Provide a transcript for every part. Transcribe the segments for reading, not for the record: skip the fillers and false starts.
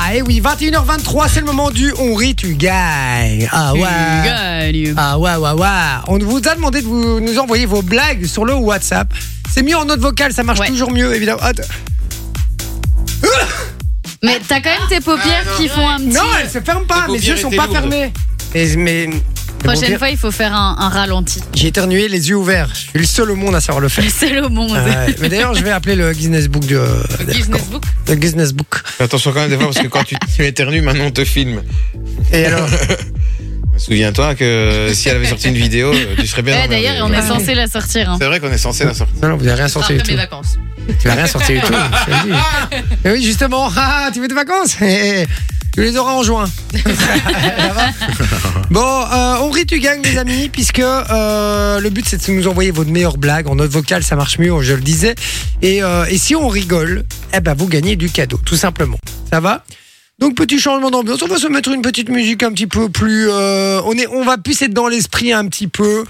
Et oui, 21h23, c'est le moment du On rit, tu gagnes. Ah ouais. Tu gagnes. Ah ouais. On vous a demandé de nous envoyer vos blagues sur le WhatsApp. C'est mieux en note vocale, ça marche toujours mieux, évidemment. Attends. Mais t'as quand même tes paupières qui font un petit... Non, elles se ferment pas, mes yeux sont pas fermés. Mais Prochaine fois, il faut faire un ralenti. j'ai éternué les yeux ouverts. Je suis le seul au monde à savoir le faire. Le seul au monde. Mais d'ailleurs, je vais appeler le Guinness Book de... Le Guinness Book. Attention quand même des fois, parce que quand tu éternues, maintenant on te filme. Et alors Souviens-toi que si elle avait sorti une vidéo, tu serais bien emmerdé. D'ailleurs, on est censé la sortir. C'est vrai qu'on est censé la sortir. Non, vous n'avez rien sorti du tout. Après mes vacances. Tu n'as rien sorti du tout, je te le dis. Et oui, justement, tu veux des vacances? Tu les auras en juin. Ça va. Bon, on rit, tu gagnes, les amis, puisque le but c'est de nous envoyer votre meilleure blague. En note vocale, ça marche mieux, je le disais. Et si on rigole, vous gagnez du cadeau, tout simplement. Ça va? Donc, petit changement d'ambiance. On va se mettre une petite musique un petit peu plus... on va plus être dans l'esprit un petit peu...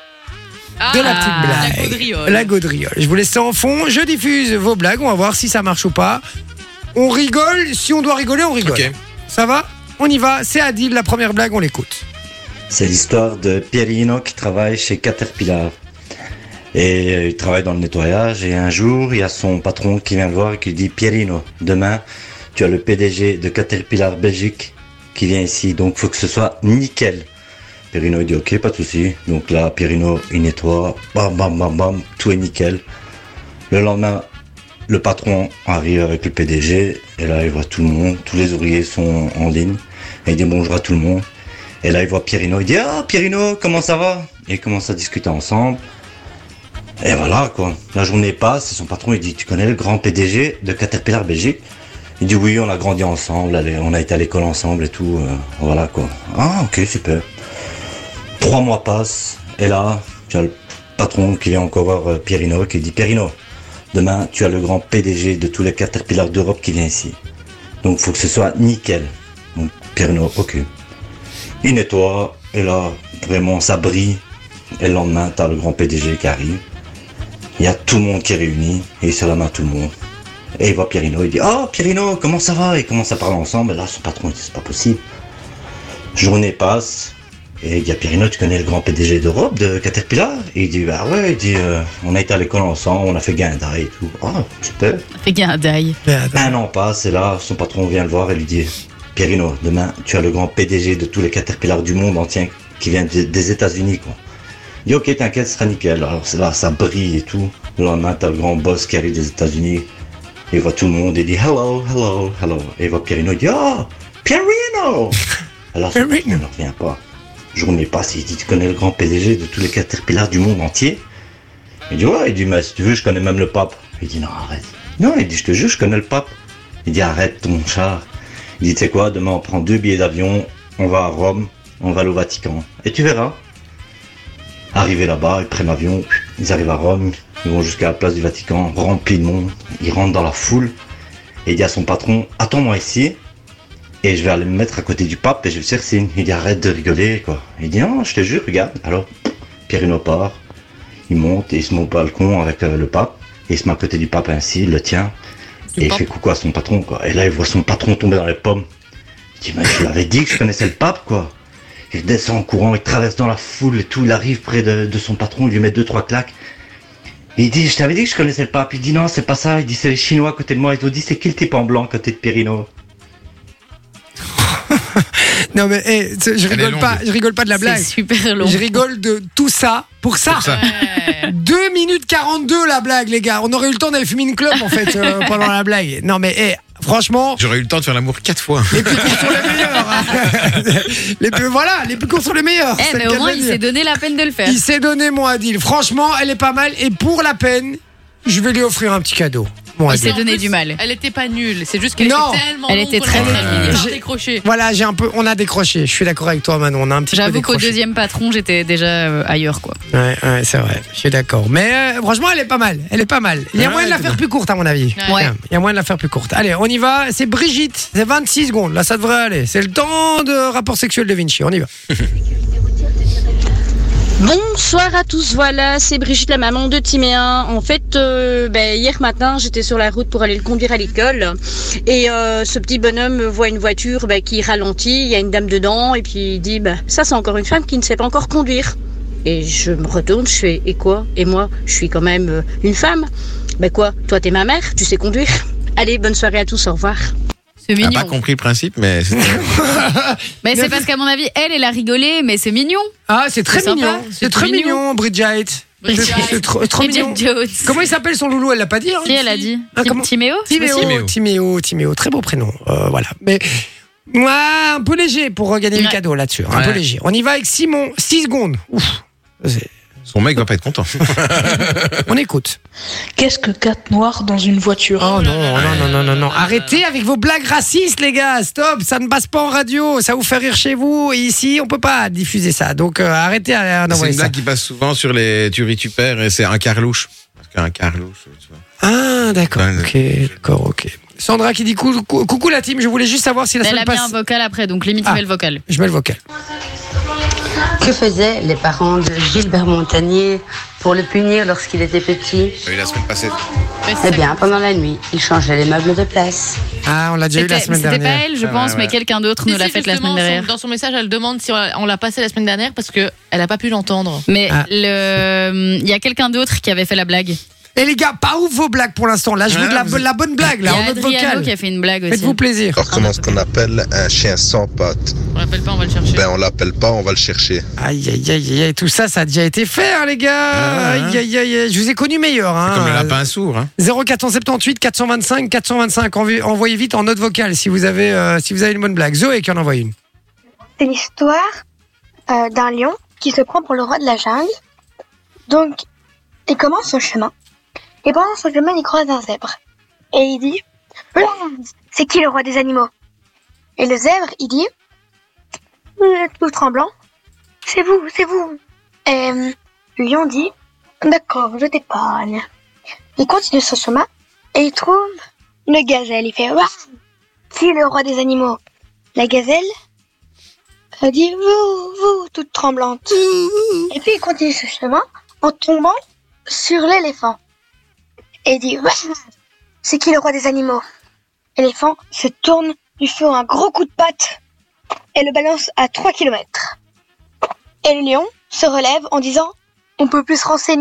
de la petite blague. La gaudriole. La gaudriole. Je vous laisse ça en fond. Je diffuse vos blagues. On va voir si ça marche ou pas. On rigole. Si on doit rigoler, on rigole. Ok. Ça va? On y va. C'est Adil, la première blague. On l'écoute. C'est l'histoire de Pierino qui travaille chez Caterpillar. Et il travaille dans le nettoyage. Et un jour, il y a son patron qui vient le voir et qui dit: Pierino, demain, tu as le PDG de Caterpillar Belgique qui vient ici. Donc, il faut que ce soit nickel. Pierino, il dit: ok, pas de souci. Donc là, Pierino, il nettoie. Bam, bam, bam, bam. Tout est nickel. Le lendemain, le patron arrive avec le PDG. Et là, il voit tout le monde. Tous les ouvriers sont en ligne. Et il dit bonjour à tout le monde. Et là, il voit Pierino. Il dit: ah, Pierino, comment ça va? Et ils commencent à discuter ensemble. Et voilà, quoi. La journée passe. Et son patron, il dit: tu connais le grand PDG de Caterpillar Belgique? Il dit: oui, on a grandi ensemble. On a été à l'école ensemble et tout. Voilà, quoi. Ah, ok, super. 3 mois passent, et là, tu as le patron qui vient encore voir Pierino, qui dit: Pierino, demain, tu as le grand PDG de tous les Caterpillars d'Europe qui vient ici. Donc, il faut que ce soit nickel. Donc, Pierino, ok. Il nettoie, et là, vraiment, ça brille. Et le lendemain, tu as le grand PDG qui arrive. Il y a tout le monde qui est réuni, et il se la main à tout le monde. Et il voit Pierino, il dit: ah, Pierino, comment ça va? Ils commencent à parler ensemble, et là, son patron, il dit: c'est pas possible. Journée passe. Et il dit à Pierino: tu connais le grand PDG d'Europe de Caterpillar? Et il dit: bah ouais, il dit, on a été à l'école ensemble, on a fait Guindaille et tout. Ah, super. Fait Guindaille. Un an passe, et là, son patron vient le voir et lui dit: Pierino, demain, tu as le grand PDG de tous les Caterpillars du monde entier qui vient des États-Unis, quoi. Il dit: ok, t'inquiète, ce sera nickel. Alors c'est là, ça brille et tout. Le lendemain, t'as le grand boss qui arrive des États-Unis. Il voit tout le monde et dit: hello, hello, hello. Et il voit Pierino, il dit: oh, Pierino. Alors son patron ne revient pas. Journée passe, il dit: tu connais le grand PDG de tous les Caterpillars du monde entier? Il dit: ouais. Il dit: mais si tu veux, je connais même le pape. Il dit: non, arrête. Non, il dit: je te jure, je connais le pape. Il dit: arrête ton char. Il dit: tu sais quoi, demain on prend 2 billets d'avion, on va à Rome, on va aller au Vatican. Et tu verras. Arrivé là-bas, ils prennent l'avion, ils arrivent à Rome, ils vont jusqu'à la place du Vatican, rempli de monde. Ils rentrent dans la foule, et il dit à son patron: attends-moi ici. Et je vais aller me mettre à côté du pape et je vais faire signe. Il dit: arrête de rigoler, quoi. Il dit: non, je te jure, regarde. Alors, Pierino part, il monte et il se met au balcon avec le pape. Et il se met à côté du pape ainsi, il le tient. Et il fait coucou à son patron, quoi. Et là, il voit son patron tomber dans les pommes. Il dit: mais je l'avais dit que je connaissais le pape, quoi. Il descend en courant, il traverse dans la foule et tout. Il arrive près de son patron, il lui met 2-3 claques. Et il dit: je t'avais dit que je connaissais le pape. Il dit: non, c'est pas ça. Il dit: c'est les Chinois à côté de moi. Ils ont dit: c'est qui le type en blanc à côté de Pierino? Non mais je rigole pas de la blague. C'est super long. Je rigole de tout ça pour ça. 2 minutes 42 la blague, les gars. On aurait eu le temps d'aller fumer une clope en fait pendant la blague. Non mais franchement, j'aurais eu le temps de faire l'amour 4 fois. les plus courts sont les meilleurs. Les plus courts sont les meilleurs. Mais au moins il s'est donné la peine de le faire. Il s'est donné, mon Adil. Franchement, elle est pas mal et pour la peine, je vais lui offrir un petit cadeau. Bon, il s'est donné du mal. Elle était pas nulle, c'est juste qu'elle Non. était tellement Elle longue était qu'on très a longue. décroché. Voilà, on a décroché. Je suis d'accord avec toi, Manon. On a un petit peu J'avoue décroché. qu'au deuxième patron, j'étais déjà ailleurs, quoi. Ouais, c'est vrai. Je suis d'accord. Mais franchement, elle est pas mal. Elle est pas mal. Il y a moyen de la faire plus courte, à mon avis. Ouais. Il y a moyen de la faire plus courte. Allez, on y va. C'est Brigitte. C'est 26 secondes. Là, ça devrait aller. C'est le temps de rapport sexuel de Vinci. On y va. Bonsoir à tous, voilà, c'est Brigitte, la maman de Timéen. En fait, hier matin, j'étais sur la route pour aller le conduire à l'école et ce petit bonhomme voit une voiture qui ralentit, il y a une dame dedans et puis il dit ça c'est encore une femme qui ne sait pas encore conduire. Et je me retourne, je fais et quoi? Et moi, je suis quand même une femme. Quoi? Toi t'es ma mère, tu sais conduire. Allez, bonne soirée à tous, au revoir. C'est Elle n'a mignon. pas compris le principe, mais Mais c'est parce qu'à mon avis, elle a rigolé, mais c'est mignon. Ah, c'est très C'est mignon. sympa, C'est très mignon, Bridget. C'est trop mignon. Bridget Jones. Comment il s'appelle son loulou? Elle l'a pas dit. Si, elle a dit. Ah, comment Timéo. c'est possible Timéo, très beau prénom. Voilà. Mais un peu léger pour gagner le cadeau là-dessus. Un peu léger. On y va avec Simon. 6 secondes. Ouf. son mec va pas être content. On écoute. Qu'est-ce que 4 noirs dans une voiture? Oh non. Arrêtez avec vos blagues racistes, les gars. Stop, ça ne passe pas en radio. Ça vous fait rire chez vous. Et ici, on peut pas diffuser ça. Donc, arrêtez C'est d'envoyer une ça. blague qui passe souvent sur les Tu ris, tu perds et c'est un carlouche. Parce qu'un carlouche, tu vois. Ah, d'accord. Ouais, Ok. Sandra qui dit coucou la team. Je voulais juste savoir si la Elle semaine a mis un passe. vocal après, donc limite, tu mets le vocal. Je mets le vocal. Que faisaient les parents de Gilbert Montagnier pour le punir lorsqu'il était petit? J'ai eu la semaine passée. Eh bien, pendant la nuit, il changeait les meubles de place. Ah, on l'a déjà eu la semaine C'était dernière. pas elle, je pense, mais quelqu'un d'autre nous l'a fait la semaine dernière. Dans son message, elle demande si on l'a passé la semaine dernière parce qu'elle n'a pas pu l'entendre. Mais il y a quelqu'un d'autre qui avait fait la blague. Et les gars, pas ouf vos blagues pour l'instant. Là, je veux de la bonne blague, Il y là, a en mode Adriano vocal. qui a fait une blague aussi. Faites-vous plaisir. Alors comment est-ce qu'on appelle un chien sans pattes? On l'appelle pas, on va le chercher. On l'appelle pas, on va le chercher. Aïe, tout ça, ça a déjà été fait, hein, les gars. Aïe, je vous ai connu meilleur. Hein. C'est comme le lapin sourd. Hein. 0478 425 425. Envoyez vite en note vocale si vous avez une bonne blague. Zoé qui en envoie une. C'est l'histoire d'un lion qui se prend pour le roi de la jungle. Donc, il commence son chemin. Et pendant son chemin, il croise un zèbre. Et il dit « C'est qui le roi des animaux ?» Et le zèbre, il dit « Vous êtes tout tremblant. C'est vous. » Et le lion dit « D'accord, je t'épargne. » Il continue son chemin et il trouve une gazelle. Il fait « Qui est le roi des animaux ?» La gazelle elle dit « Vous, toute tremblante. » Et puis il continue ce chemin en tombant sur l'éléphant. Et il dit « C'est qui le roi des animaux ?» L'éléphant se tourne, lui fait un gros coup de patte et le balance à 3 km. Et le lion se relève en disant « On peut plus se renseigner ?»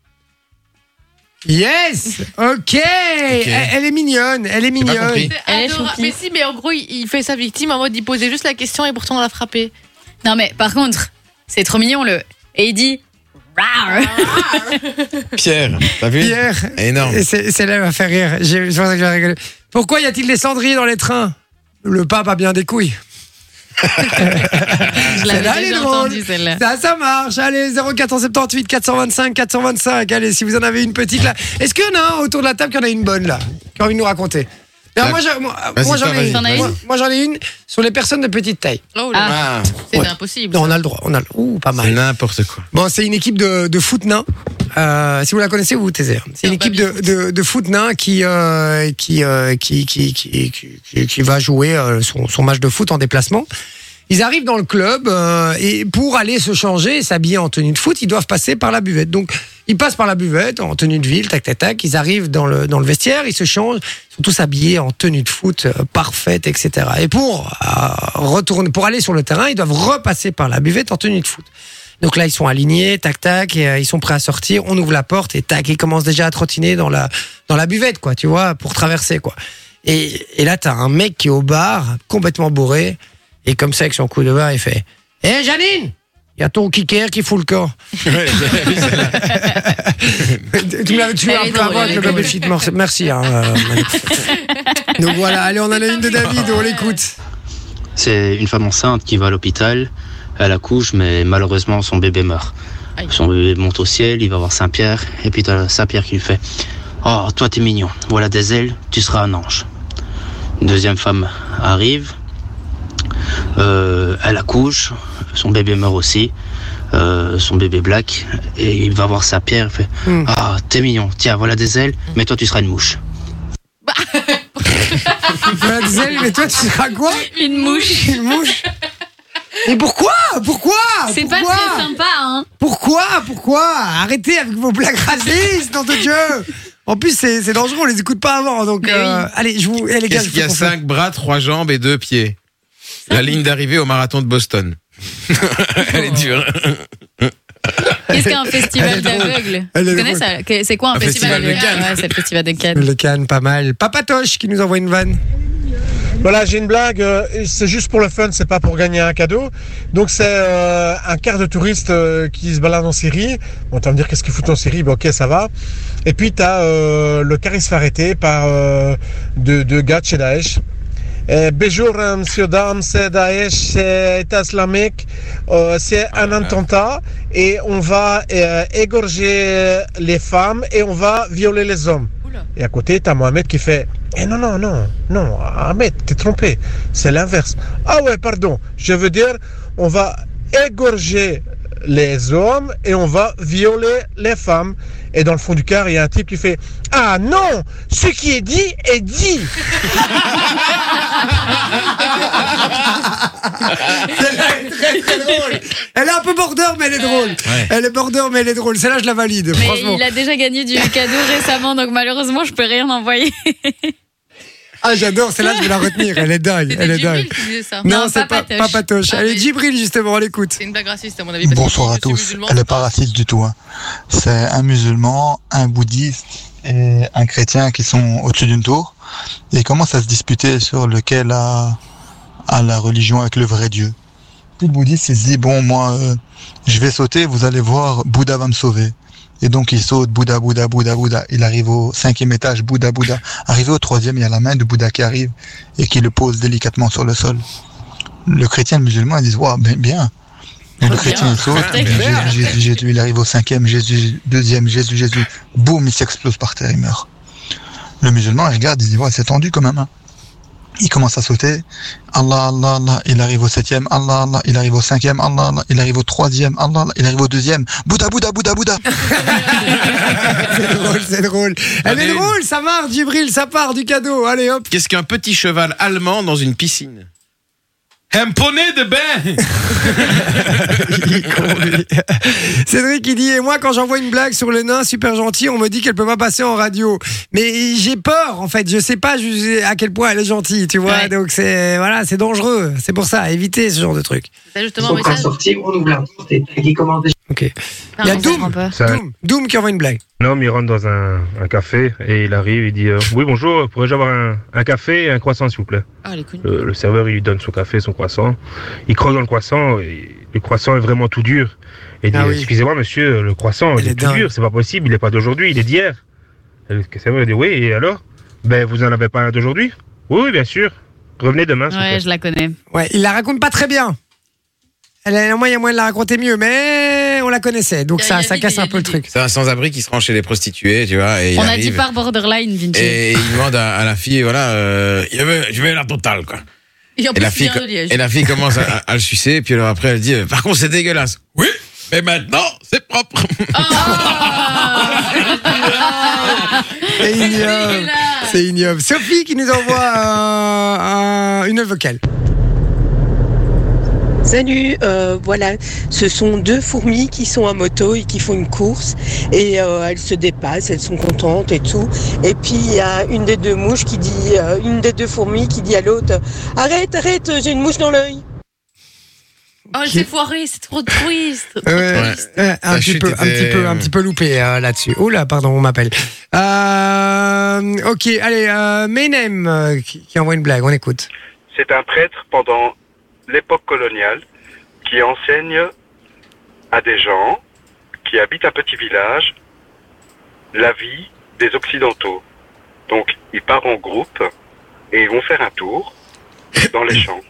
Yes. Ok. Elle est mignonne. Pas compris. Elle est Adorable. choupie. Mais si, mais en gros, il fait sa victime en mode il posait juste la question et pourtant on l'a frappé. Non, mais par contre, c'est trop mignon Et il dit. Rar. Pierre, t'as vu? Pierre. Énorme. Celle-là elle m'a fait rire. C'est pour ça que j'ai rigolé. Pourquoi y a-t-il des cendriers dans les trains? Le pape a bien des couilles. Je Celle-là, l'avais elle est déjà drôle. entendu, celle-là. Ça marche. Allez, 0478 425 425. Allez, si vous en avez une petite là. Est-ce qu'il y en a un autour de la table qui en a une bonne là, qui a envie de nous raconter? Alors, moi, j'en ai une. T'en as une Moi, j'en ai une sur les personnes de petite taille. Oh là, Ah, c'est Ouais. impossible. Non, on a le droit. Pas c'est mal. n'importe quoi. Bon, c'est une équipe de foot nain. Si vous la connaissez, vous vous taisez. C'est une équipe de foot nain qui va jouer son match de foot en déplacement. Ils arrivent dans le club et pour aller se changer et s'habiller en tenue de foot, ils doivent passer par la buvette. Donc, ils passent par la buvette en tenue de ville, tac. Ils arrivent dans le vestiaire, ils se changent. Ils sont tous habillés en tenue de foot parfaite, etc. Et pour aller sur le terrain, ils doivent repasser par la buvette en tenue de foot. Donc là, ils sont alignés, tac, et ils sont prêts à sortir. On ouvre la porte et tac, ils commencent déjà à trottiner dans la buvette, quoi, tu vois, pour traverser, quoi. Et là, t'as un mec qui est au bar, complètement bourré, et comme ça, avec son coup de barre, il fait « Hé, Janine, il y a ton kicker qui fout le corps. » Tu m'as tué un Elle est peu avant drôle, avec elle le est baby drôle. shit. Merci. Manu. Donc voilà, allez, on en a une de David, on l'écoute. C'est une femme enceinte qui va à l'hôpital, elle accouche, mais malheureusement son bébé meurt. Son bébé monte au ciel, il va voir Saint-Pierre, et puis t'as Saint-Pierre qui lui fait « Oh, toi t'es mignon, voilà des ailes, tu seras un ange. » Une deuxième femme arrive, elle accouche, son bébé meurt aussi, son bébé black, et il va voir Saint-Pierre, il fait « Ah, t'es mignon, tiens, voilà des ailes, mais toi tu seras une mouche. » Voilà des ailes, mais toi, tu seras quoi? Une mouche. Une mouche. Mais pourquoi C'est pas très sympa, hein. Pourquoi Arrêtez avec vos blagues racistes, nom de Dieu. En plus, c'est dangereux, on les écoute pas avant. Donc, allez, les gars, qu'est-ce qu'il y a 5 bras, 3 jambes et 2 pieds? La ligne d'arrivée au marathon de Boston. Elle est dure. Qu'est-ce qu'un festival d'aveugles? Tu connais ça? C'est quoi un festival de Cannes? Ouais, c'est le festival de Cannes. Le Cannes, pas mal. Papatoche qui nous envoie une vanne. Voilà, j'ai une blague, c'est juste pour le fun, c'est pas pour gagner un cadeau. Donc c'est un quart de touristes qui se balade en Syrie. Bon, tu vas me dire qu'est-ce qu'ils foutent en Syrie, ben, ok, ça va. Et puis t'as le car il se fait arrêter par deux gars de chez Daesh. Bonjour, monsieur, dame, c'est Daesh, c'est État islamique, c'est un attentat et on va égorger les femmes et on va violer les hommes. Et à côté, t'as Mohamed qui fait non, Ahmed, t'es trompé, c'est l'inverse. Ah ouais, pardon, je veux dire, on va égorger les hommes et on va violer les femmes. Et dans le fond du car, il y a un type qui fait ah non, ce qui est dit est dit. Celle-là est très très drôle. Elle est un peu border mais elle est drôle. Ouais. Elle est border mais elle est drôle. Celle-là je la valide. Mais franchement. il a déjà gagné du cadeau récemment, donc malheureusement je peux rien envoyer. Ah j'adore, celle-là je vais la retenir. Elle est dingue. Elle est dingue. Qui disait ça. Non, c'est pas Papatoche. Elle est Djibril justement. On l'écoute. C'est une blague raciste à mon avis. Bonsoir à tous. Elle n'est pas raciste du tout. Hein. C'est un musulman, un bouddhiste et un chrétien qui sont au-dessus d'une tour et ils commencent à se disputer sur lequel a la religion avec le vrai Dieu. Puis le bouddhiste il se dit bon moi je vais sauter, vous allez voir, Bouddha va me sauver. Et donc il saute, Bouddha. Il arrive au 5e étage, Bouddha. Arrivé au 3e, il y a la main de Bouddha qui arrive et qui le pose délicatement sur le sol. Le chrétien et le musulman ils disent waouh bien. Donc le chrétien il saute, Jésus, il arrive au 5e, Jésus, 2e, Jésus, boum, il s'explose par terre, il meurt. Le musulman il regarde, il dit ouais c'est tendu quand même. Hein. Il commence à sauter, Allah, il arrive au 7e, Allah, il arrive au 5e, Allah, il arrive au 3e, Allah, il arrive au 2e, Bouddha. C'est drôle. Elle est drôle, ça marche, Djibril, ça part du cadeau. Allez hop. Qu'est-ce qu'un petit cheval allemand dans une piscine? Un poney de bain. Cédric il dit et moi quand j'envoie une blague sur le nain super gentil on me dit qu'elle peut pas passer en radio mais j'ai peur en fait je sais pas à quel point elle est gentille tu vois donc c'est dangereux c'est pour ça évitez ce genre de truc. C'est justement un sortir on ouvre la porte et qui commande. Ok. Il y a Doom qui envoie une blague. Un homme il rentre dans un café et il arrive, il dit oui bonjour, pourrais-je avoir un café et un croissant s'il vous plaît. Le serveur il lui donne son café, son croissant, il croque dans le croissant et le croissant est vraiment tout dur. Et il dit excusez-moi monsieur, le croissant il est tout dur, c'est pas possible, il est pas d'aujourd'hui, il est d'hier. Et le serveur dit oui et alors? Ben vous en avez pas un d'aujourd'hui? Oui bien sûr, revenez demain. Ouais je la connais. Ouais il la raconte pas très bien. Il y a moyen de la raconter mieux, mais on la connaissait, donc ça casse un peu le truc. C'est un sans-abri qui se rend chez les prostituées, tu vois. Et on a dit par borderline, Vinci. Et il demande à la fille, voilà, je veux la totale, quoi. Et la fille commence à le sucer, et puis alors après elle dit, par contre c'est dégueulasse. Oui, mais maintenant c'est propre. C'est ignoble. Sophie qui nous envoie une vocale. Salut, voilà, ce sont 2 fourmis qui sont en moto et qui font une course et elles se dépassent, elles sont contentes et tout. Et puis il y a une des 2 mouches qui dit, une des 2 fourmis qui dit à l'autre, arrête, j'ai une mouche dans l'œil. Oh, elle s'est foirée, c'est trop triste. Un petit peu loupé là-dessus. Oh là, pardon, on m'appelle. Ok, allez, Menem qui envoie une blague, on écoute. C'est un prêtre pendant l'époque coloniale qui enseigne à des gens qui habitent un petit village la vie des Occidentaux. Donc, ils partent en groupe et ils vont faire un tour dans les champs.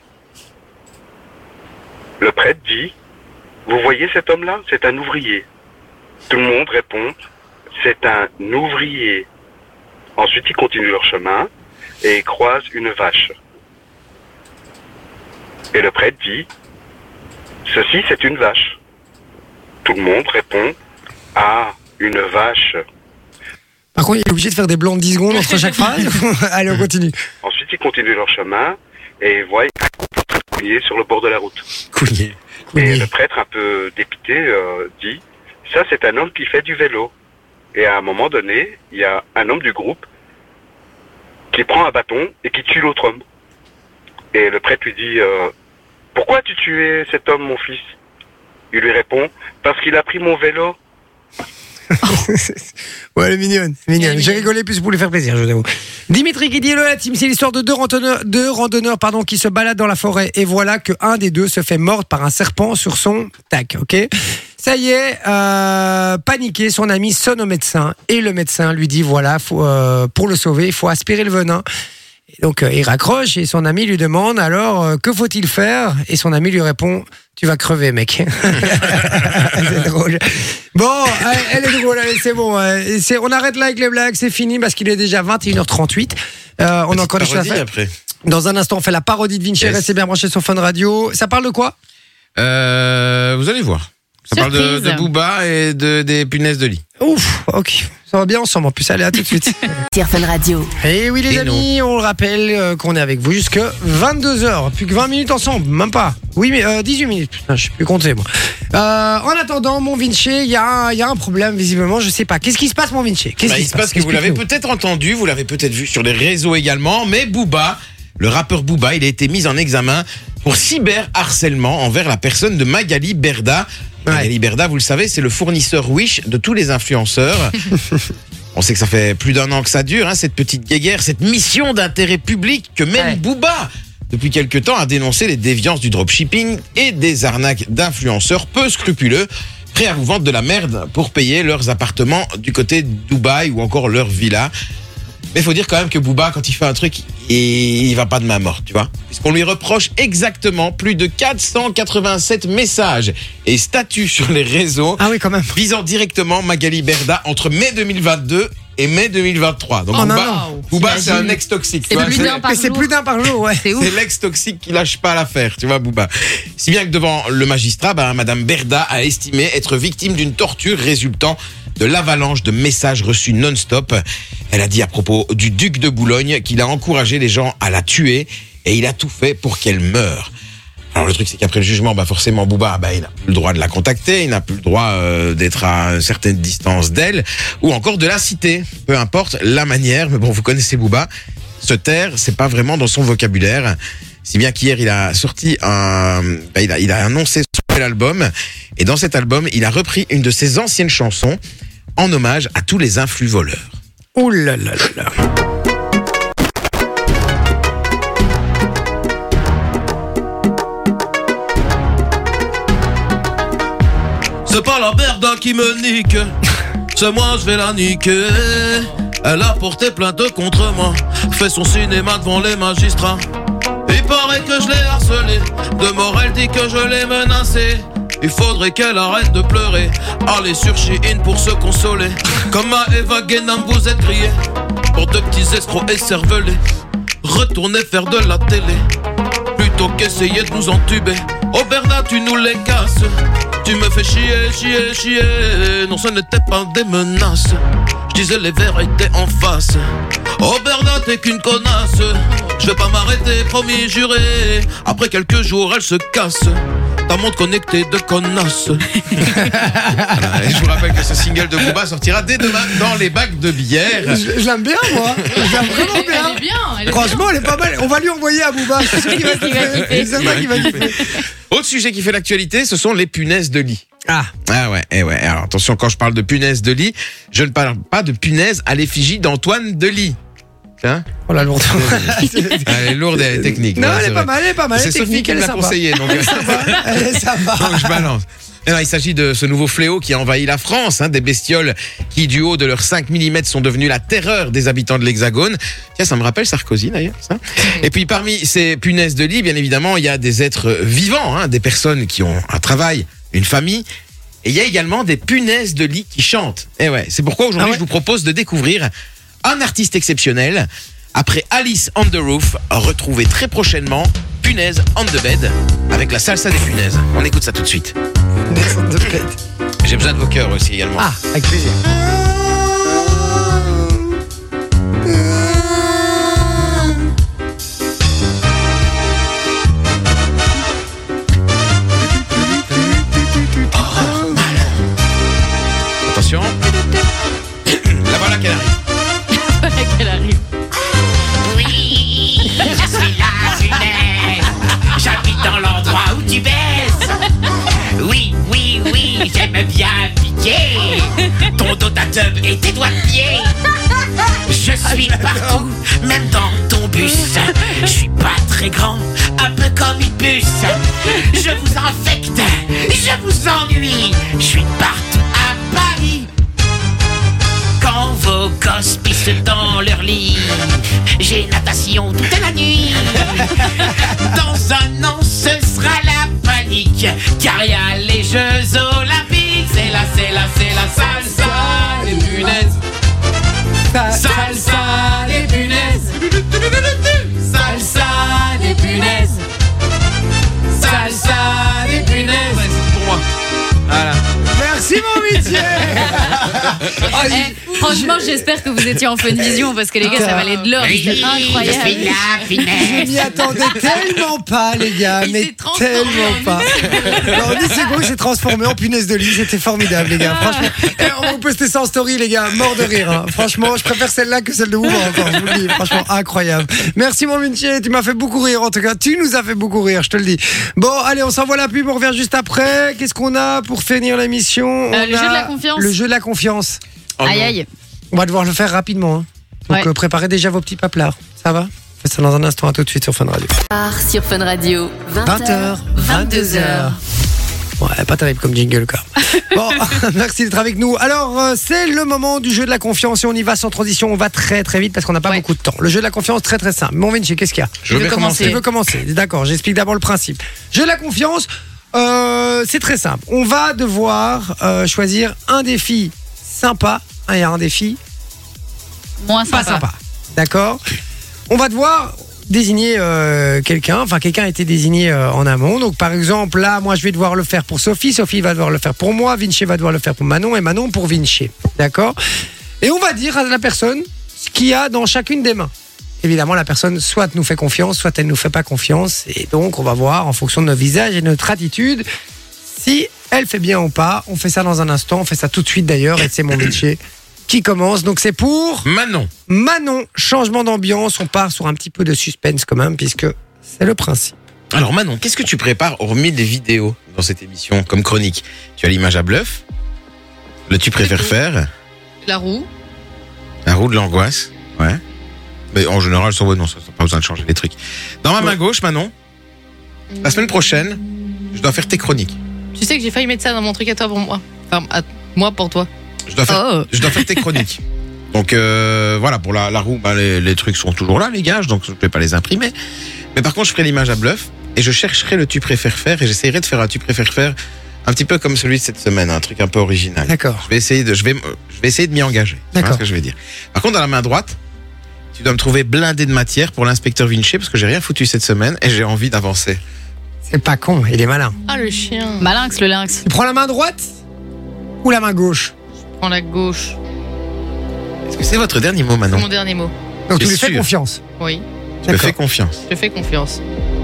Le prêtre dit « Vous voyez cet homme-là? C'est un ouvrier. » Tout le monde répond « C'est un ouvrier. » Ensuite, ils continuent leur chemin et ils croisent une vache. Et le prêtre dit « Ceci, c'est une vache. » Tout le monde répond « Ah, une vache. » Par contre, il est obligé de faire des blancs de 10 secondes entre chaque phrase. Allez, on continue. Ensuite, ils continuent leur chemin et ils voient un couple cougner sur le bord de la route. Cougner. Et le prêtre, un peu dépité, dit « Ça, c'est un homme qui fait du vélo. » Et à un moment donné, il y a un homme du groupe qui prend un bâton et qui tue l'autre homme. Et le prêtre lui dit « Pourquoi as-tu tué cet homme, mon fils ?» Il lui répond « Parce qu'il a pris mon vélo. » Ouais, elle est mignonne. J'ai rigolé plus pour lui faire plaisir, je vous avoue. Dimitri qui dit hello la team, c'est l'histoire de deux randonneurs qui se baladent dans la forêt et voilà que un des deux se fait mordre par un serpent sur son tac, ok. Ça y est, paniqué, son ami sonne au médecin et le médecin lui dit voilà, pour le sauver, il faut aspirer le venin. Et donc il raccroche et son ami lui demande alors que faut-il faire et son ami lui répond tu vas crever mec. C'est drôle. Bon, elle est drôle, allez, c'est bon. On arrête là avec les blagues, c'est fini parce qu'il est déjà 21h38. On a encore des choses à faire. Après. Dans un instant, on fait la parodie de Vinci. Restez bien branchés sur Fun Radio. Ça parle de quoi vous allez voir. Ça parle de Booba et des punaises de lit. Ouf, ok. Ça va bien ensemble en plus. Allez, à tout de suite. Sur Fun Radio. Et oui, les amis, on le rappelle qu'on est avec vous jusque 22h. Plus que 20 minutes ensemble, même pas. Oui, mais 18 minutes. Putain, je sais plus compter, moi. En attendant, mon Vinci, il y a un problème, visiblement. Je sais pas. Qu'est-ce qui se passe, mon Vinci? Il se passe que vous l'avez peut-être entendu, vous l'avez peut-être vu sur les réseaux également, mais Booba, le rappeur Booba, il a été mis en examen pour cyberharcèlement envers la personne de Magali Berda. Magali Berda, vous le savez, c'est le fournisseur Wish de tous les influenceurs. On sait que ça fait plus d'1 an que ça dure, cette petite guéguerre, cette mission d'intérêt public que mène Booba depuis quelque temps à dénoncer les déviances du dropshipping et des arnaques d'influenceurs peu scrupuleux, prêts à vous vendre de la merde pour payer leurs appartements du côté de Dubaï ou encore leur villa. Mais il faut dire quand même que Booba, quand il fait un truc, il va pas de main morte, tu vois. Puisqu'on lui reproche exactement plus de 487 messages et statuts sur les réseaux visant directement Magali Berda entre mai 2022 et mai 2023. Donc Booba c'est un ex-toxique. C'est plus d'un par jour, ouais. C'est l'ex-toxique qui lâche pas l'affaire, tu vois, Booba. Si bien que devant le magistrat, Madame Berda a estimé être victime d'une torture résultant de l'avalanche de messages reçus non-stop. Elle a dit à propos du duc de Boulogne qu'il a encouragé les gens à la tuer et il a tout fait pour qu'elle meure. Alors le truc c'est qu'après le jugement, forcément Booba, il n'a plus le droit de la contacter, il n'a plus le droit d'être à une certaine distance d'elle ou encore de la citer. Peu importe la manière, mais bon, vous connaissez Booba, se taire, c'est pas vraiment dans son vocabulaire. Si bien qu'hier il a sorti il a annoncé son nouvel album et dans cet album il a repris une de ses anciennes chansons en hommage à tous les influx voleurs. Ouh là là là là. C'est pas la Berda qui me nique, c'est moi je vais la niquer. Elle a porté plainte contre moi, fait son cinéma devant les magistrats. Il paraît que je l'ai harcelée, de mort elle dit que je l'ai menacée. Il faudrait qu'elle arrête de pleurer, aller sur Shein pour se consoler. Comme à Eva Guénam vous êtes grillés, pour de petits escrocs et cervelés. Retournez faire de la télé, plutôt qu'essayer de nous entuber. Oh Berda tu nous les casses, tu me fais chier. Non ce n'était pas des menaces, je disais les vérités en face. Oh Berda t'es qu'une connasse, je vais pas m'arrêter, promis juré. Après quelques jours elle se casse, ta montre connectée de connasse. Voilà, et je vous rappelle que ce single de Booba sortira dès demain dans les bacs de bière. Je l'aime bien moi, je l'aime vraiment bien. Elle est bien. Franchement elle est pas mal, on va lui envoyer à Booba. C'est sûr qu'il va kiffer. C'est certain qu'il va kiffer. Autre sujet qui fait l'actualité, ce sont les punaises de lit. Ah ouais. Alors attention, quand je parle de punaises de lit, je ne parle pas de punaises à l'effigie d'Antoine Delis. Hein? Oh la lourde. Elle est lourde et elle est technique. Non, elle est pas mal, C'est Sophie qui me l'a conseillé. Donc elle est sympa. Donc je balance. Alors, il s'agit de ce nouveau fléau qui a envahi la France, des bestioles qui, du haut de leurs 5 mm, sont devenues la terreur des habitants de l'Hexagone. Tiens, ça me rappelle Sarkozy d'ailleurs, ça. Et puis parmi ces punaises de lit, bien évidemment, il y a des êtres vivants, des personnes qui ont un travail, une famille. Et il y a également des punaises de lit qui chantent. Et ouais, c'est pourquoi aujourd'hui je vous propose de découvrir un artiste exceptionnel. Après Alice on the Roof, retrouvez très prochainement Punaise on the Bed avec la salsa des punaises. On écoute ça tout de suite. Punaise on the Bed. J'ai besoin de vos cœurs aussi également. Ah, avec plaisir. tub et tes doigts de pied. Je suis partout, même dans ton bus. Je suis pas très grand, un peu comme une puce. Je vous infecte, je vous ennuie. Je suis partout à Paris. Quand vos gosses pissent dans leur lit, j'ai natation toute la nuit. Dans un an, ce sera la panique, car il y a les Jeux Olympiques. C'est la salsa, les punaises. Salsa, les punaises. Salsa, les punaises. Salsa, les punaises. C'est pour moi. Voilà. Merci mon métier. Franchement, j'espère que vous étiez en Fun Vision parce que les gars, ça valait de l'or. C'était incroyable. Je m'y attendais tellement pas, les gars, mais tellement pas. Alors, Odyssée Gauche s'est transformé en punaise de lit, c'était formidable, les gars. Franchement, on va vous poster ça en story, les gars, mort de rire. Hein. Franchement, je préfère celle-là que celle de Wouma encore. Je vous le dis, franchement, incroyable. Merci mon métier, tu m'as fait beaucoup rire. En tout cas, tu nous as fait beaucoup rire, je te le dis. Bon, allez, on s'envoie la pub, on revient juste après. Qu'est-ce qu'on a pour finir l'émission? Le jeu de la confiance. Le jeu de la confiance. Aïe aïe. On va devoir le faire rapidement. Hein. Donc préparez déjà vos petits paplards. Ça va? Faites ça dans un instant, à tout de suite sur Fun Radio. Sur Fun Radio, 20h, 22h. Ouais, pas terrible comme jingle, quoi. Bon, merci d'être avec nous. Alors, c'est le moment du jeu de la confiance et on y va sans transition. On va très très vite parce qu'on n'a pas beaucoup de temps. Le jeu de la confiance, très très simple. Mon Vinci, qu'est-ce qu'il y a? Je vais commencer. Tu veux commencer? D'accord, j'explique d'abord le principe. Jeu de la confiance, c'est très simple. On va devoir choisir un défi sympa et un défi moins sympa. Pas sympa. D'accord? On va devoir désigner quelqu'un. Enfin, quelqu'un a été désigné en amont. Donc, par exemple, là, moi, je vais devoir le faire pour Sophie. Sophie va devoir le faire pour moi. Vinci va devoir le faire pour Manon. Et Manon pour Vinci. D'accord? Et on va dire à la personne ce qu'il y a dans chacune des mains. Évidemment, la personne soit nous fait confiance, soit elle nous fait pas confiance. Et donc, on va voir en fonction de nos visages et de notre attitude si elle fait bien ou pas. On fait ça dans un instant. On fait ça tout de suite d'ailleurs. Et c'est mon métier qui commence. Donc, c'est pour Manon. Manon, changement d'ambiance. On part sur un petit peu de suspense quand même, puisque c'est le principe. Alors, Manon, qu'est-ce que tu prépares hormis des vidéos dans cette émission comme chronique? Tu as l'image à bluff. Le tu préfères faire. La roue. La roue de l'angoisse. Ouais. Mais en général, ça, ouais, non, ça n'a pas besoin de changer les trucs. Dans ma main gauche, Manon, la semaine prochaine, je dois faire tes chroniques. Tu sais que j'ai failli mettre ça dans mon truc à toi pour moi. Enfin, à moi pour toi. Je dois faire tes chroniques. Donc voilà, pour la roue, bah, les trucs sont toujours là, les gages, donc je ne vais pas les imprimer. Mais par contre, je ferai l'image à bluff et je chercherai le tu préfères faire et j'essaierai de faire un tu préfères faire un petit peu comme celui de cette semaine, un truc un peu original. D'accord. Je vais essayer de m'y engager. D'accord. C'est ce que je vais dire. Par contre, dans la main droite, tu dois me trouver blindé de matière pour l'inspecteur Vinci parce que j'ai rien foutu cette semaine et j'ai envie d'avancer. C'est pas con, il est malin. Ah, le chien. Malinx, le lynx. Tu prends la main droite ou la main gauche? Je prends la gauche. Est-ce que c'est votre dernier mot, Manon? C'est mon dernier mot. Donc tu lui fais confiance? Oui. Je fais confiance. Je fais confiance.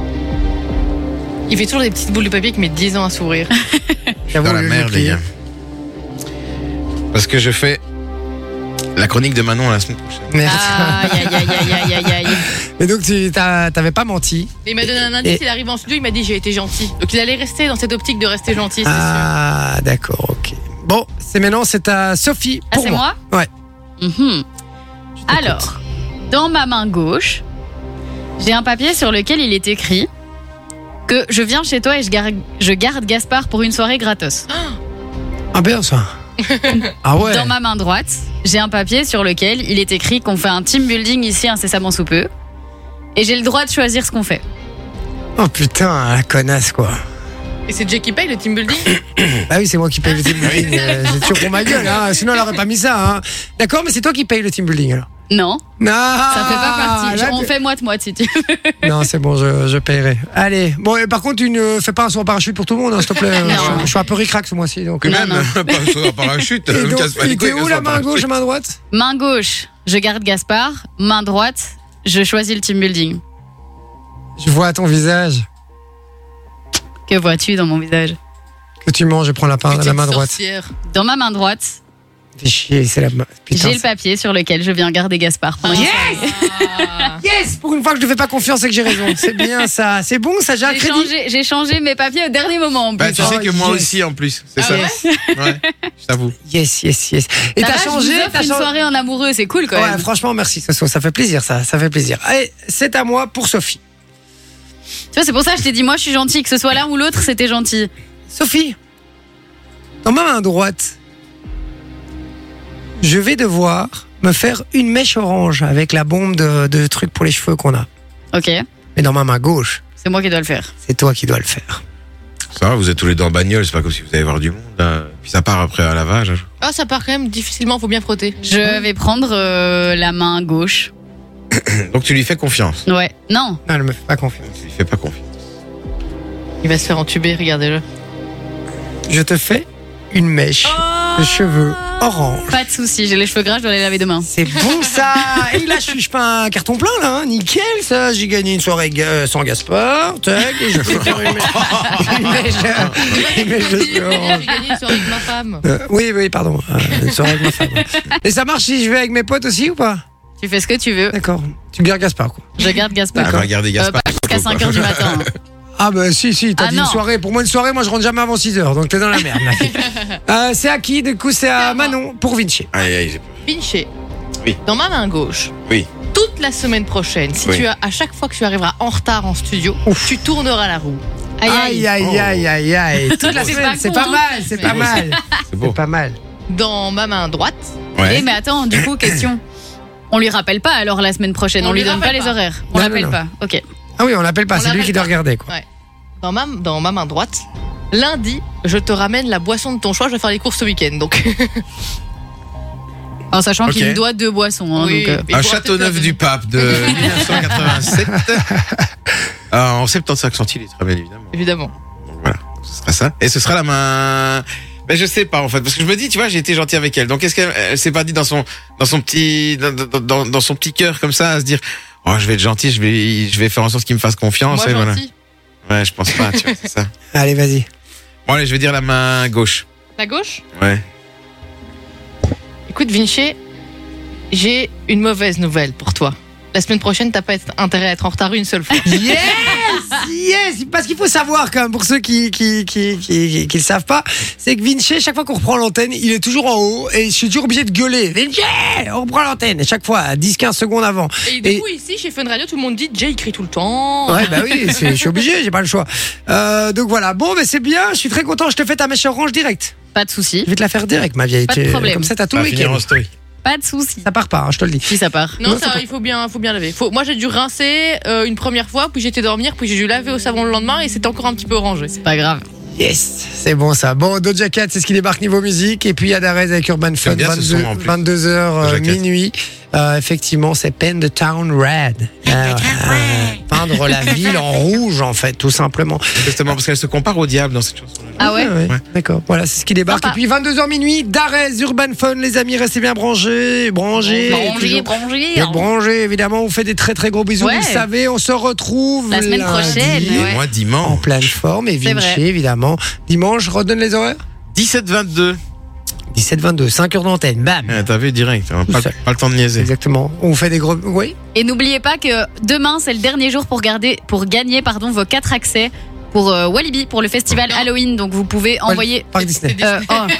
Il fait toujours des petites boules de papier qui mettent 10 ans à s'ouvrir. Dans la merde, les gars. Parce que je fais la chronique de Manon la semaine prochaine. Merde. Aïe. Et donc tu t'avais pas menti. Et il m'a donné un indice, il arrive en studio, il m'a dit j'ai été gentil. Donc il allait rester dans cette optique de rester gentil, c'est sûr. D'accord, ok. Bon, c'est à Sophie. Ah, c'est moi? Ouais. Alors, dans ma main gauche, j'ai un papier sur lequel il est écrit que je viens chez toi et je garde Gaspard pour une soirée gratos. Ah bien ça. Ah ouais. Dans ma main droite, j'ai un papier sur lequel il est écrit qu'on fait un team building ici incessamment sous peu. Et j'ai le droit de choisir ce qu'on fait. Oh putain, la connasse quoi. Et c'est Jay qui paye le team building? Ah oui, c'est moi qui paye le team building. J'ai toujours pour ma gueule, hein. Sinon elle aurait pas mis ça. Hein. D'accord, mais c'est toi qui paye le team building alors? Non. Ah, ça fait pas partie. là, on fait moite-moite si tu veux. Non, c'est bon, je paierai. Allez. Bon, et par contre, tu ne fais pas un saut en parachute pour tout le monde, hein, s'il te plaît. Je suis un peu ric-rac ce mois-ci. Donc... Même, pas un saut en parachute. Et donc, t'es où la main gauche et main droite? Main gauche, je garde Gaspard. Main droite, je choisis le team building. Je vois ton visage. Que vois-tu dans mon visage? Que tu manges, je prends la main droite. Sorcière. Dans ma main droite, Fais chier, c'est la main. Putain, J'ai le papier sur lequel je viens garder Gaspard. Pour Yes Yes. Pour une fois que je ne fais pas confiance et que j'ai raison. C'est bien ça. C'est bon, ça, j'ai un crédit. J'ai changé mes papiers au dernier moment. En plus. Bah, tu sais que moi aussi en plus. C'est ça. Ouais, je t'avoue. Yes. Et Ça t'as va, changé. je vous offre une soirée en amoureux, c'est cool quand Ouais, même. franchement, merci. Ça fait plaisir, ça fait plaisir. Allez, c'est à moi pour Sophie. Tu vois, c'est pour ça que je t'ai dit, moi je suis gentille. Que ce soit l'un ou l'autre, c'était gentil. Sophie, dans ma main droite, je vais devoir me faire une mèche orange avec la bombe de trucs pour les cheveux qu'on a. Ok. Mais dans ma main gauche, C'est moi qui dois le faire. c'est toi qui dois le faire. Ça va, vous êtes tous les deux en bagnole, c'est pas comme si vous allez voir du monde. Là. Puis ça part après à lavage. Ah, ça part quand même difficilement, faut bien frotter. Je vais prendre la main gauche. Donc tu lui fais confiance. Ouais. Non. Non, elle me fait pas confiance. Tu lui fais pas confiance. Il va se faire entuber, regardez-le. Je te fais une mèche de cheveux orange. Pas de soucis, j'ai les cheveux gras, je dois les laver demain. C'est bon ça. Et là, je suis pas un carton plein là, hein. Nickel ça. J'ai gagné une soirée sans Gaspard. Tac, et je peux faire une mèche de cheveux orange. J'ai gagné une soirée avec ma femme. Oui, pardon. Une soirée avec ma femme. Et ça marche si je vais avec mes potes aussi ou pas? Tu fais ce que tu veux. D'accord. Tu gardes Gaspard quoi. Je garde Gaspard. Elle va garder Gaspard. Pas jusqu'à 5h du matin. Ah bah si, t'as Ah dit non. une soirée. Pour moi une soirée, moi je rentre jamais avant 6h, donc t'es dans la merde. ma fille. C'est à qui? Du coup c'est à Manon pour Vinci. Aïe, j'ai peur. Vinci. Oui. Dans ma main gauche. Oui. Toute la semaine prochaine, si Oui. tu as, à chaque fois que tu arriveras en retard en studio, tu tourneras la roue. Aïe. Toute la C'est semaine, pas c'est con, pas hein. mal, c'est pas mal. C'est beau. C'est pas mal. Dans ma main droite. Ouais. Eh, mais attends, du coup, question. On lui rappelle pas alors la semaine prochaine, on lui donne pas les horaires. On Non, rappelle non. pas. Ok. Ah oui, on l'appelle pas, On c'est lui l'appelle qui doit pas. regarder quoi. Ouais. Dans ma main droite, lundi, je te ramène la boisson de ton choix, je vais faire les courses ce week-end. Donc. En sachant Ok. qu'il me doit 2 boissons. Hein, Oui. donc, Il Un pourra Châteauneuf peut-être du Pape de 1987. En 75 centimes, il est très bien évidemment. Évidemment. Donc voilà, ce sera ça. Et ce sera la main. Ben je sais pas en fait, parce que je me dis, tu vois, j'ai été gentil avec elle. Donc est-ce qu'elle s'est pas dit dans son petit dans son petit cœur comme ça à se dire, oh je vais être gentil, je vais faire en sorte qu'il me fasse confiance. Moi, et voilà. gentil. Ouais, je pense pas, tu vois, c'est ça. Allez, vas-y. Bon allez, je vais dire la main gauche. La gauche. Ouais. Écoute, Vinci, j'ai une mauvaise nouvelle pour toi. La semaine prochaine, t'as pas intérêt à être en retard une seule fois. Yes, parce qu'il faut savoir quand même, pour ceux qui le savent pas, c'est que Vinci, chaque fois qu'on reprend l'antenne, il est toujours en haut et je suis toujours obligé de gueuler. Vinci, on reprend l'antenne. Et chaque fois, à 10-15 secondes avant. Et du coup, ici, chez Fun Radio, tout le monde dit Jay, il crie tout le temps. Ouais, bah oui, je suis obligé, j'ai pas le choix. Donc voilà, bon, mais c'est bien, je suis très content, je te fais ta mèche orange direct. Pas de soucis. Je vais te la faire direct, ma vieille. Pas de problème. Comme ça, t'as tout Ça le va finir week-end. en story. Pas de soucis. Ça part pas, hein, je te le dis. Si ça part. Non, Non, ça, c'est pas- il faut bien laver. Moi, j'ai dû rincer une première fois, puis j'ai été dormir, puis j'ai dû laver au savon le lendemain, et c'était encore un petit peu orangé. C'est pas grave. Yes, c'est bon ça. Bon, Doja Cat, c'est ce qui débarque niveau musique. Et puis il y a Darez avec Urban Fun, J'aime bien ce son, en plus. 22h Doja Cat. minuit. Effectivement, c'est Paint the Town Red. Peindre la ville en rouge, en fait, tout simplement. Justement, parce qu'elle se compare au diable dans cette chanson. Ah ouais. Ouais. D'accord, voilà, c'est ce qui débarque. Sympa. Et puis 22h minuit, Darez, Urban Fun, les amis, restez bien branchés. Branché, Et branchés, évidemment, on fait des très très gros bisous. Ouais. Vous le savez, on se retrouve La semaine lundi, prochaine, Et ouais. moi, en dimanche. pleine forme. Et C'est Vinci, vrai. évidemment. Dimanche, redonne les horaires. 17-22. 17-22, 5 heures d'antenne, bam. T'as vu direct, hein, pas le temps de niaiser. Exactement. On vous fait des gros. Oui. Et n'oubliez pas que demain, c'est le dernier jour pour gagner vos 4 accès pour Walibi, pour le festival Halloween. Donc vous pouvez envoyer. Parc Disney. Hier,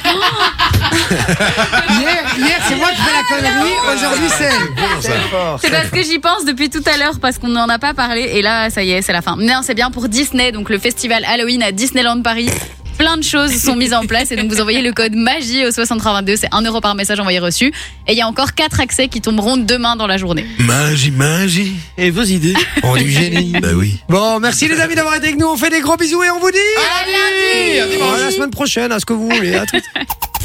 Hier, c'est moi qui fais la connerie. Aujourd'hui, c'est. C'est parce que j'y pense depuis tout à l'heure, parce qu'on n'en a pas parlé. Et là, ça y est, c'est la fin. Non, c'est bien pour Disney, donc le festival Halloween à Disneyland Paris. Plein de choses sont mises en place et donc vous envoyez le code MAGIE au 6322, c'est 1 € par message envoyé reçu. Et il y a encore 4 accès qui tomberont demain dans la journée. Magie. Et vos idées? Oh, du génie. Bah oui. Bon, merci les amis d'avoir été avec nous. On fait des gros bisous et on vous dit. À lundi. À la semaine prochaine, à ce que vous voulez. À tout.